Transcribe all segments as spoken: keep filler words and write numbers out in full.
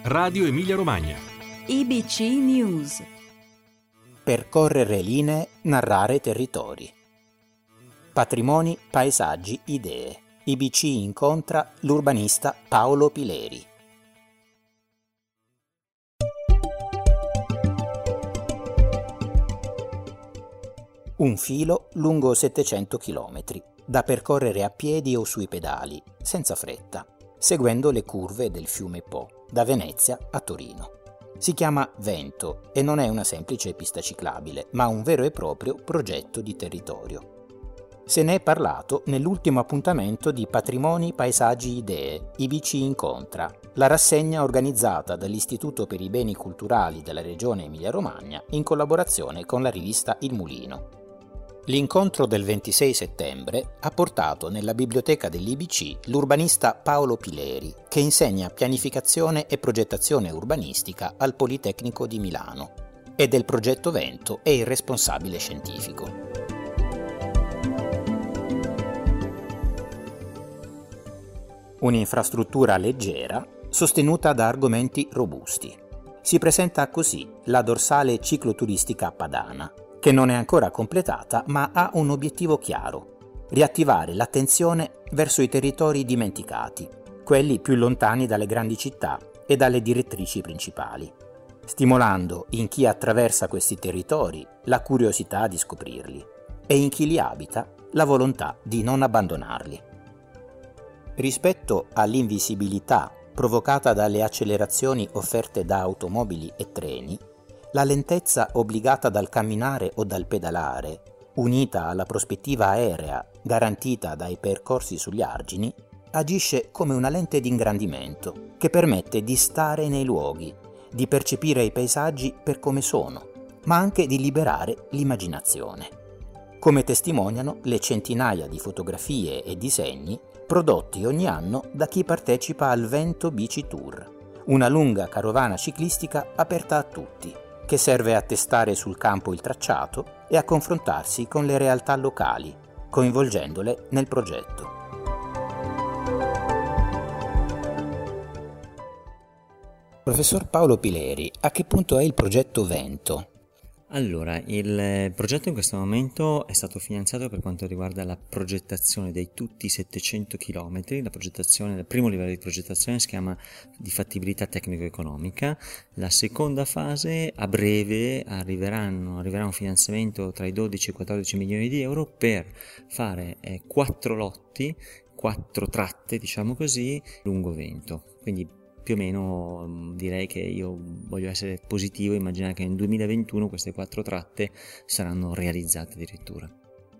Radio Emilia Romagna. I B C News. Percorrere linee, narrare territori. Patrimoni, paesaggi, idee. I B C incontra l'urbanista Paolo Pileri. Un filo lungo settecento chilometri, da percorrere a piedi o sui pedali, senza fretta, seguendo le curve del fiume Po, da Venezia a Torino. Si chiama Vento e non è una semplice pista ciclabile, ma un vero e proprio progetto di territorio. Se ne è parlato nell'ultimo appuntamento di Patrimoni, Paesaggi, Idee, I B C Incontra, la rassegna organizzata dall'Istituto per i Beni Culturali della Regione Emilia-Romagna in collaborazione con la rivista Il Mulino. L'incontro del ventisei settembre ha portato nella biblioteca dell'I B C l'urbanista Paolo Pileri, che insegna pianificazione e progettazione urbanistica al Politecnico di Milano e del progetto Vento è il responsabile scientifico. Un'infrastruttura leggera, sostenuta da argomenti robusti. Si presenta così la dorsale cicloturistica padana, che non è ancora completata ma ha un obiettivo chiaro: riattivare l'attenzione verso i territori dimenticati, quelli più lontani dalle grandi città e dalle direttrici principali, stimolando in chi attraversa questi territori la curiosità di scoprirli e in chi li abita la volontà di non abbandonarli. Rispetto all'invisibilità provocata dalle accelerazioni offerte da automobili e treni, la lentezza obbligata dal camminare o dal pedalare, unita alla prospettiva aerea garantita dai percorsi sugli argini, agisce come una lente di ingrandimento che permette di stare nei luoghi, di percepire i paesaggi per come sono, ma anche di liberare l'immaginazione. Come testimoniano le centinaia di fotografie e disegni prodotti ogni anno da chi partecipa al Vento Bici Tour, una lunga carovana ciclistica aperta a tutti, che serve a testare sul campo il tracciato e a confrontarsi con le realtà locali, coinvolgendole nel progetto. Professor Paolo Pileri, a che punto è il progetto Vento? Allora, il progetto in questo momento è stato finanziato per quanto riguarda la progettazione dei tutti i settecento chilometri. La progettazione, il primo livello di progettazione si chiama di fattibilità tecnico-economica. La seconda fase, a breve, arriveranno, arriverà un finanziamento tra i dodici e i quattordici milioni di euro per fare eh, quattro lotti, quattro tratte, diciamo così, lungo Vento. Quindi più o meno direi che io voglio essere positivo e immaginare che nel duemilaventuno queste quattro tratte saranno realizzate addirittura.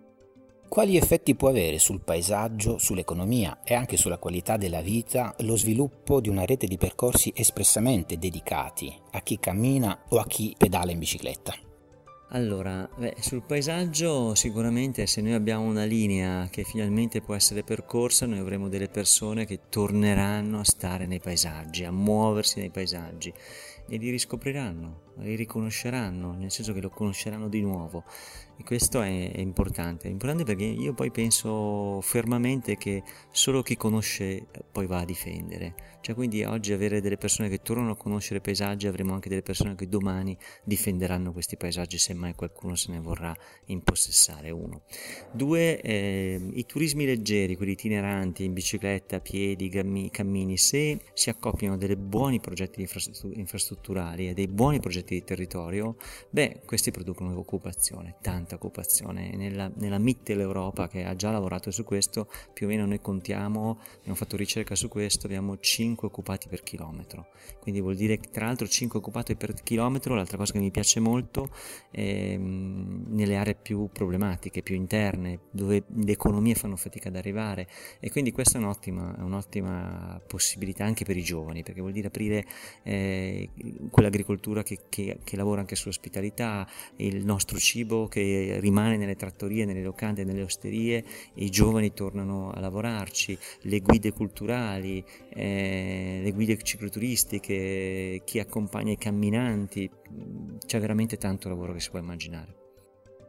Quali effetti può avere sul paesaggio, sull'economia e anche sulla qualità della vita lo sviluppo di una rete di percorsi espressamente dedicati a chi cammina o a chi pedala in bicicletta? Allora, beh, sul paesaggio sicuramente se noi abbiamo una linea che finalmente può essere percorsa, noi avremo delle persone che torneranno a stare nei paesaggi, a muoversi nei paesaggi e li riscopriranno, li riconosceranno, nel senso che lo conosceranno di nuovo. E questo è, è importante, è importante perché io poi penso fermamente che solo chi conosce poi va a difendere, cioè quindi oggi avere delle persone che tornano a conoscere i paesaggi, avremo anche delle persone che domani difenderanno questi paesaggi se mai qualcuno se ne vorrà impossessare. Uno. Due, eh, i turismi leggeri, quelli itineranti, in bicicletta, a piedi, cammini, se si accoppiano a dei buoni progetti infrastrutturali e dei buoni progetti di territorio, beh, questi producono occupazione, tanta occupazione. Nella, nella Mitteleuropa, che ha già lavorato su questo, più o meno noi contiamo, abbiamo fatto ricerca su questo, abbiamo cinque occupati per chilometro, quindi vuol dire che tra l'altro cinque occupati per chilometro. L'altra cosa che mi piace molto è nelle aree più problematiche, più interne, dove le economie fanno fatica ad arrivare, e quindi questa è un'ottima, un'ottima possibilità anche per i giovani, perché vuol dire aprire eh, quell'agricoltura che, che, che lavora anche sull'ospitalità, il nostro cibo che rimane nelle trattorie, nelle locande, nelle osterie, e i giovani tornano a lavorarci, le guide culturali, eh, le guide cicloturistiche, chi accompagna i camminanti, c'è veramente tanto lavoro che si può immaginare.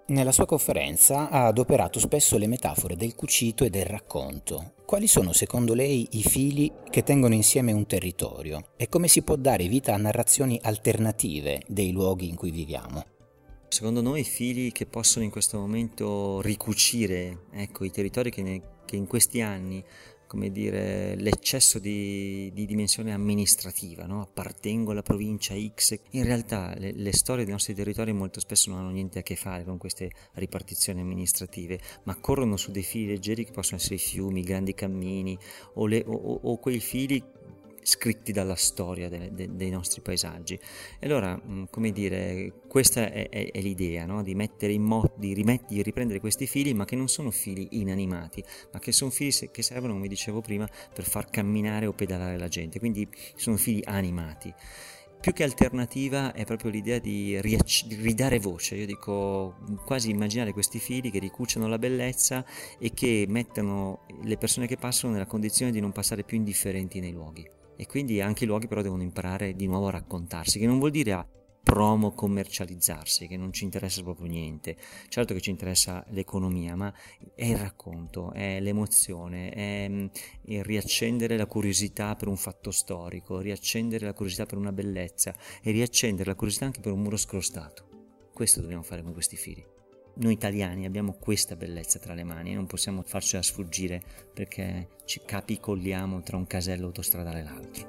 Nella sua conferenza ha adoperato spesso le metafore del cucito e del racconto. Quali sono secondo lei i fili che tengono insieme un territorio e come si può dare vita a narrazioni alternative dei luoghi in cui viviamo? Secondo noi i fili che possono in questo momento ricucire, ecco, i territori che, ne, che in questi anni, come dire, l'eccesso di, di dimensione amministrativa, no? Appartengo alla provincia X. In realtà le, le storie dei nostri territori molto spesso non hanno niente a che fare con queste ripartizioni amministrative, ma corrono su dei fili leggeri che possono essere i fiumi, i grandi cammini o, le, o, o quei fili scritti dalla storia de, de, dei nostri paesaggi. E allora, come dire, questa è, è, è l'idea, no? Di mettere in moto, di, rimet- di riprendere questi fili, ma che non sono fili inanimati, ma che sono fili che servono, come dicevo prima, per far camminare o pedalare la gente, quindi sono fili animati. Più che alternativa è proprio l'idea di, riac- di ridare voce, io dico quasi immaginare questi fili che ricuciano la bellezza e che mettono le persone che passano nella condizione di non passare più indifferenti nei luoghi. E quindi anche i luoghi però devono imparare di nuovo a raccontarsi, che non vuol dire a promo commercializzarsi, che non ci interessa proprio niente. Certo che ci interessa l'economia, ma è il racconto, è l'emozione, è il riaccendere la curiosità per un fatto storico, riaccendere la curiosità per una bellezza e riaccendere la curiosità anche per un muro scrostato. Questo dobbiamo fare con questi fili. Noi italiani abbiamo questa bellezza tra le mani e non possiamo farcela sfuggire perché ci capicolliamo tra un casello autostradale e l'altro.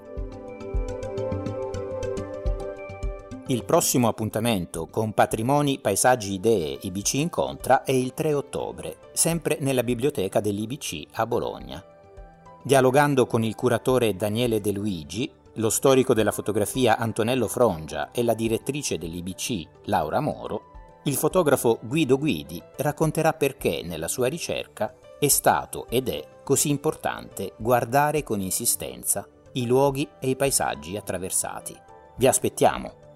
Il prossimo appuntamento con Patrimoni, Paesaggi, Idee I B C Incontra è il tre ottobre, sempre nella biblioteca dell'I B C a Bologna. Dialogando con il curatore Daniele De Luigi, lo storico della fotografia Antonello Frongia e la direttrice dell'I B C Laura Moro, il fotografo Guido Guidi racconterà perché nella sua ricerca è stato ed è così importante guardare con insistenza i luoghi e i paesaggi attraversati. Vi aspettiamo!